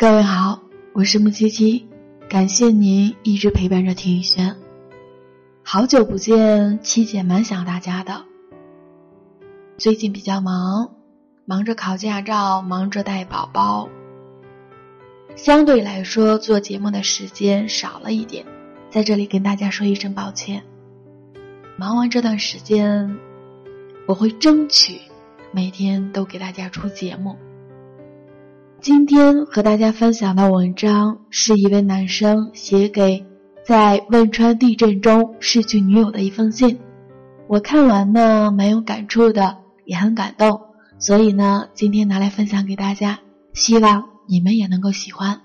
各位好，我是木七七，感谢您一直陪伴着听雨轩。好久不见，七姐蛮想大家的。最近比较忙着考驾照，忙着带宝宝，相对来说做节目的时间少了一点，在这里跟大家说一声抱歉。忙完这段时间，我会争取每天都给大家出节目。今天和大家分享的文章是一位男生写给在汶川地震中失去女友的一封信。我看完呢蛮有感触的，也很感动，所以呢今天拿来分享给大家，希望你们也能够喜欢。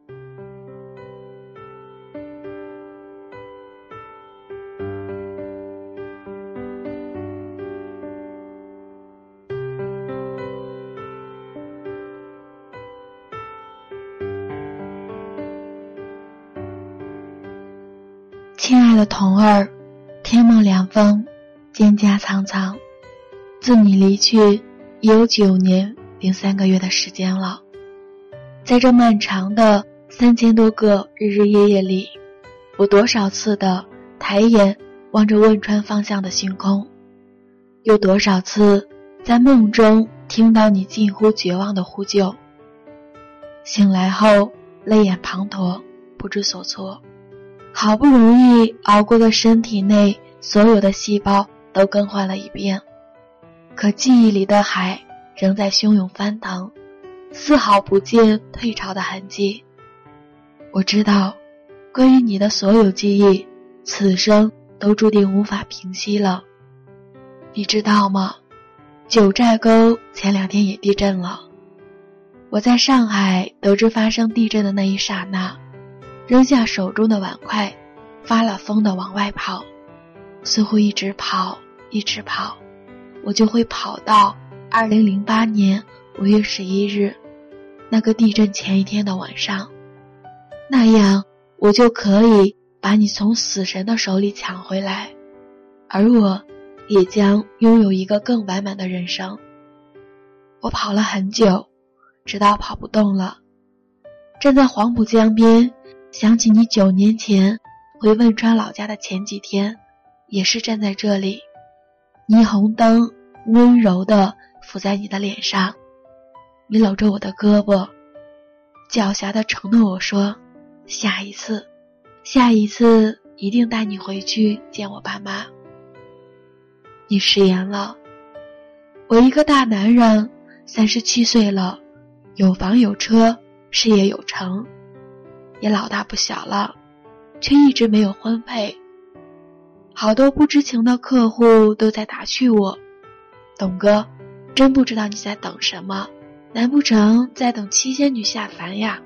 亲爱的童儿，天梦凉风，蒹葭苍苍，自你离去也有9年零3个月的时间了。在这漫长的3000多个日日夜夜里，我多少次的抬眼望着汶川方向的星空，有多少次在梦中听到你近乎绝望的呼救。醒来后泪眼滂沱，不知所措，好不容易熬过的身体内所有的细胞都更换了一遍，可记忆里的海仍在汹涌翻腾，丝毫不见退潮的痕迹。我知道，关于你的所有记忆，此生都注定无法平息了。你知道吗？九寨沟前2天也地震了。我在上海得知发生地震的那一刹那，扔下手中的碗筷，发了疯地往外跑，似乎一直跑，我就会跑到2008年5月11日那个地震前一天的晚上，那样我就可以把你从死神的手里抢回来，而我也将拥有一个更完满的人生。我跑了很久，直到跑不动了，站在黄浦江边，想起你9年前回汶川老家的前几天，也是站在这里，霓虹灯温柔地拂在你的脸上，你搂着我的胳膊，狡黠地承诺我说，下一次一定带你回去见我爸妈。你食言了。我一个大男人，37岁了，有房有车，事业有成，也老大不小了，却一直没有婚配。好多不知情的客户都在打趣我，董哥，真不知道你在等什么，难不成在等七仙女下凡呀？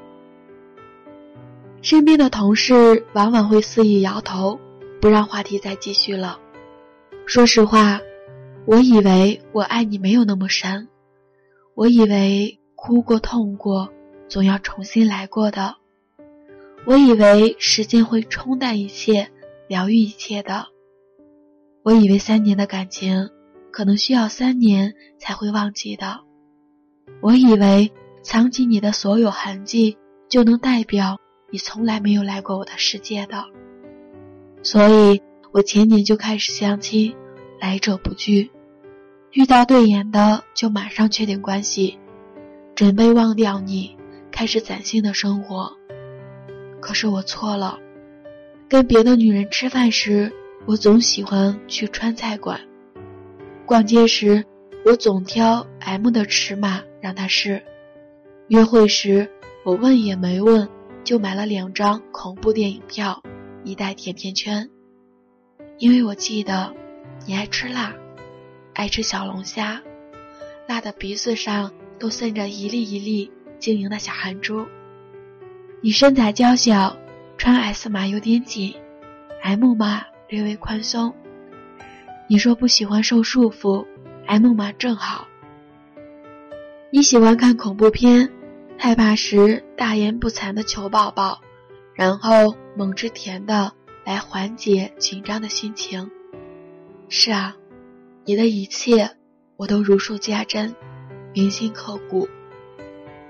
身边的同事往往会肆意摇头，不让话题再继续了。说实话，我以为我爱你没有那么深，我以为哭过痛过总要重新来过的，我以为时间会冲淡一切，疗愈一切的，我以为3年的感情可能需要3年才会忘记的，我以为藏起你的所有痕迹就能代表你从来没有来过我的世界的。所以我前年就开始相亲，来者不拒，遇到对眼的就马上确定关系，准备忘掉你，开始崭新的生活。可是我错了，跟别的女人吃饭时，我总喜欢去川菜馆，逛街时我总挑 M 的尺码让他试，约会时我问也没问就买了2张恐怖电影票，1袋甜甜圈，因为我记得你爱吃辣，爱吃小龙虾，辣的鼻子上都渗着一粒一粒晶莹的小汗珠。你身材娇小，穿 S 码有点紧， M 码略微宽松。你说不喜欢受束缚， M 码正好。你喜欢看恐怖片，害怕时大言不惭的求抱抱，然后猛吃甜的来缓解紧张的心情。是啊，你的一切我都如数家珍，铭心刻骨。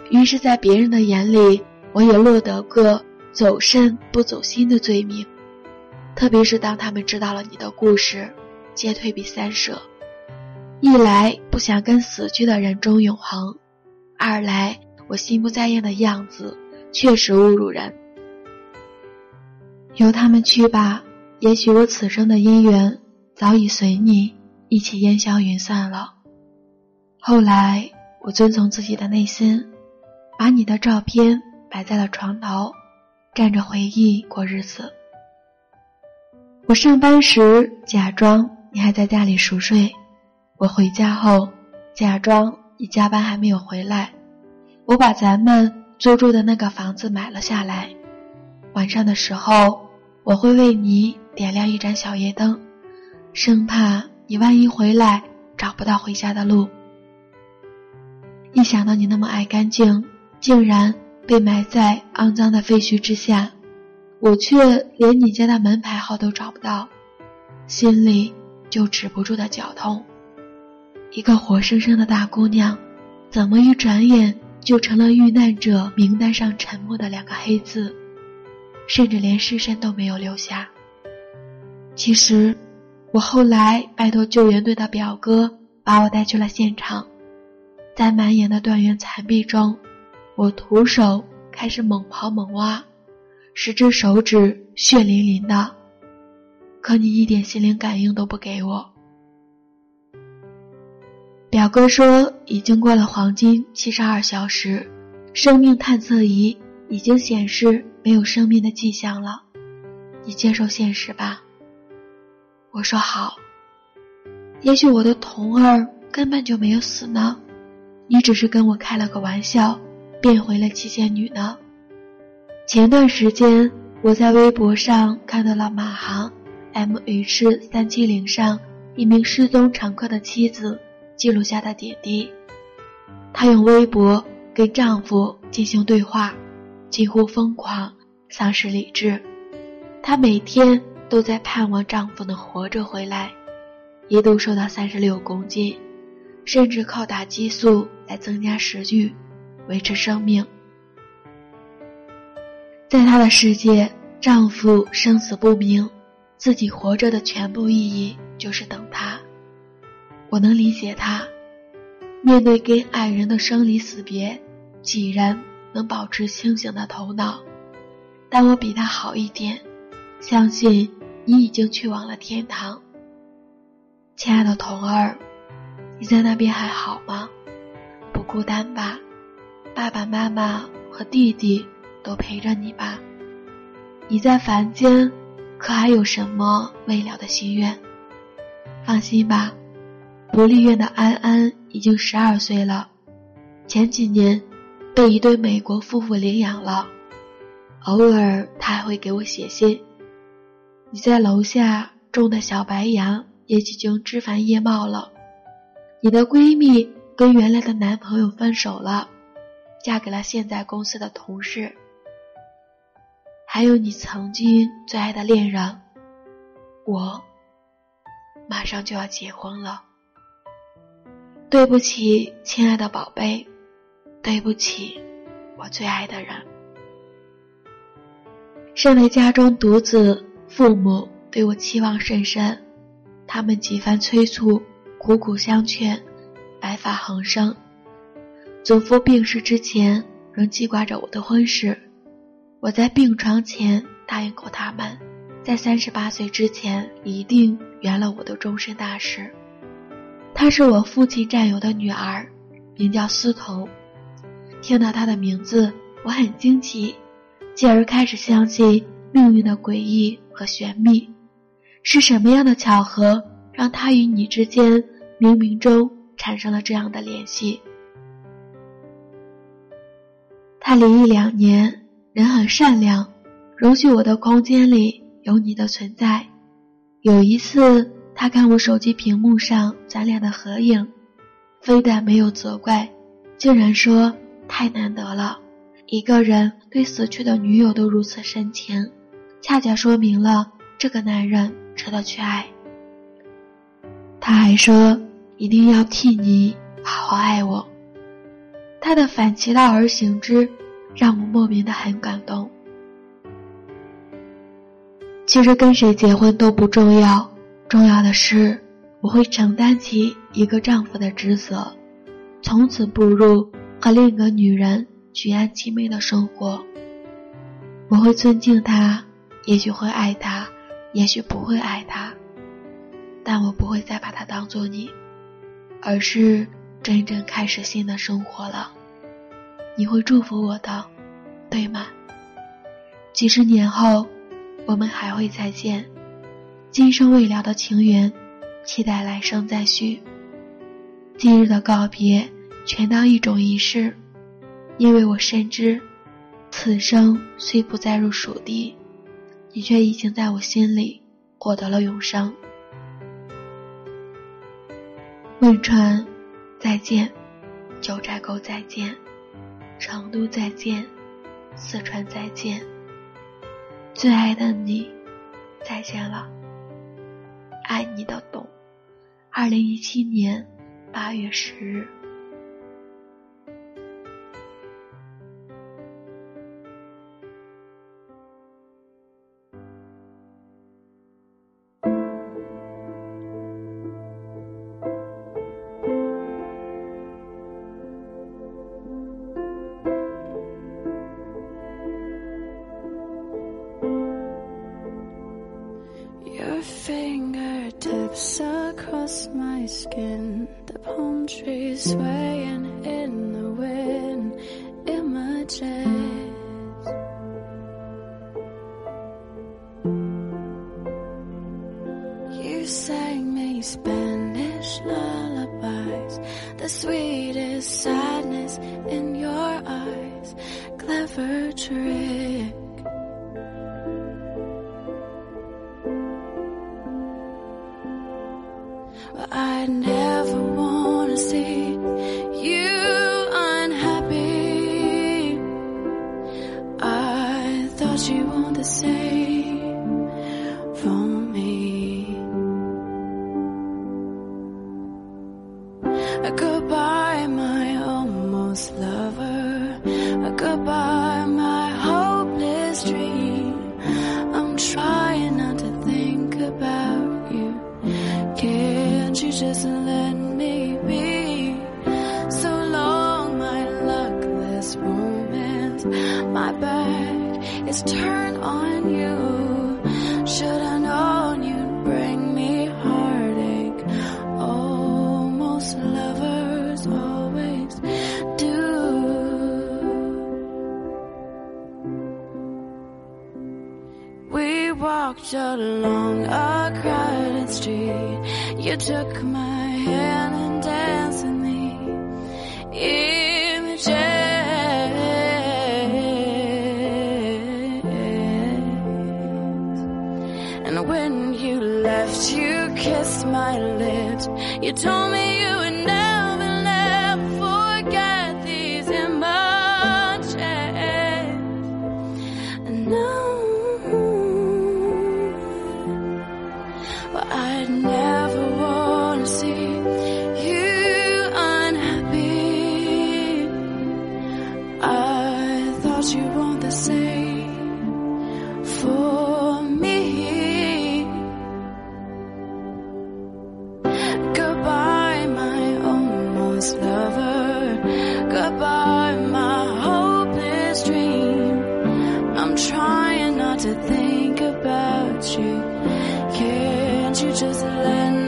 于是在别人的眼里，我也落得个走肾不走心的罪名。特别是当他们知道了你的故事，皆退避三舍。一来不想跟死去的人争永恒，二来我心不在焉的样子确实侮辱人。由他们去吧，也许我此生的姻缘早已随你一起烟消云散了。后来我遵从自己的内心，把你的照片摆在了床头，站着回忆过日子。我上班时假装你还在家里熟睡，我回家后假装你加班还没有回来。我把咱们租住的那个房子买了下来，晚上的时候我会为你点亮一盏小夜灯，生怕你万一回来找不到回家的路。一想到你那么爱干净，竟然被埋在肮脏的废墟之下，我却连你家的门牌号都找不到，心里就止不住的绞痛。一个活生生的大姑娘，怎么一转眼就成了遇难者名单上沉默的2个黑字，甚至连尸身都没有留下。其实我后来拜托救援队的表哥把我带去了现场，在满眼的断垣残壁中，我徒手开始猛刨猛挖，10只手指血淋淋的，可你一点心灵感应都不给我。表哥说已经过了黄金72小时，生命探测仪已经显示没有生命的迹象了，你接受现实吧。我说好。也许我的童儿根本就没有死呢，你只是跟我开了个玩笑，变回了七仙女呢。前段时间我在微博上看到了马航 MH370 上一名失踪乘客的妻子记录下的点滴。她用微博跟丈夫进行对话，几乎疯狂，丧失理智。她每天都在盼望丈夫能活着回来，一度瘦到36公斤，甚至靠打激素来增加食欲，维持生命。在她的世界，丈夫生死不明，自己活着的全部意义就是等他。我能理解她，面对跟爱人的生离死别，几人能保持清醒的头脑？但我比她好一点，相信你已经去往了天堂。亲爱的童儿，你在那边还好吗？不孤单吧？爸爸妈妈和弟弟都陪着你吧？你在凡间可还有什么未了的心愿？放心吧，福利院的安安已经12岁了，前几年被一对美国夫妇领养了，偶尔他还会给我写信。你在楼下种的小白杨也已经枝繁叶茂了，你的闺蜜跟原来的男朋友分手了，嫁给了现在公司的同事。还有你曾经最爱的恋人，我马上就要结婚了。对不起，亲爱的宝贝，对不起，我最爱的人。身为家中独子，父母对我期望甚深，他们几番催促，苦苦相劝，白发横生。祖父病逝之前仍记挂着我的婚事，我在病床前答应过他们，在38岁之前一定圆了我的终身大事。她是我父亲战友的女儿，名叫思彤。听到她的名字，我很惊奇，继而开始相信命运的诡异和玄秘。是什么样的巧合，让她与你之间冥冥中产生了这样的联系？她离异2年，人很善良，容许我的空间里有你的存在。有一次他看我手机屏幕上咱俩的合影，非但没有责怪，竟然说太难得了，一个人对死去的女友都如此深情，恰恰说明了这个男人值得去爱。他还说一定要替你好好爱我。 他的反其道而行之让我莫名的很感动。其实跟谁结婚都不重要，重要的是我会承担起一个丈夫的职责，从此步入和另一个女人举案齐眉的生活。我会尊敬他，也许会爱他，也许不会爱他，但我不会再把他当作你，而是真正开始新的生活了。你会祝福我的，对吗？几十年后我们还会再见，今生未了的情缘，期待来生再续。今日的告别全当一种仪式，因为我深知此生虽不再入蜀地，你却已经在我心里获得了永生。汶川再见，九寨沟再见，成都再见，四川再见，最爱的你再见了，爱你的董。2017年8月10日。 Fingertips across my skin, the palm trees swaying in the wind, images. You sang me Spanish lullabies, the sweetest sadness in your eyes, clever trick. I'd never want to see you unhappy. I thought you wanted the same for me. Goodbye, my almost lover. Goodbye, my hopeless dream. I'm trying not to think about you. Can't you just let me be? So long, my luckless romance. My back is turned on you. Should I known you'd bring me heartache? Almost lovers always do. We walked along a crowded street. You took my hand and danced with me. Images. And when you left, you kissed my lips. You told me you would never, never forget these images. And now, but I'd never want to see you unhappy. I thought you want the same for me. Goodbye, my almost lover. Goodbye, my hopeless dream. I'm trying not to think about you. Can't you just let me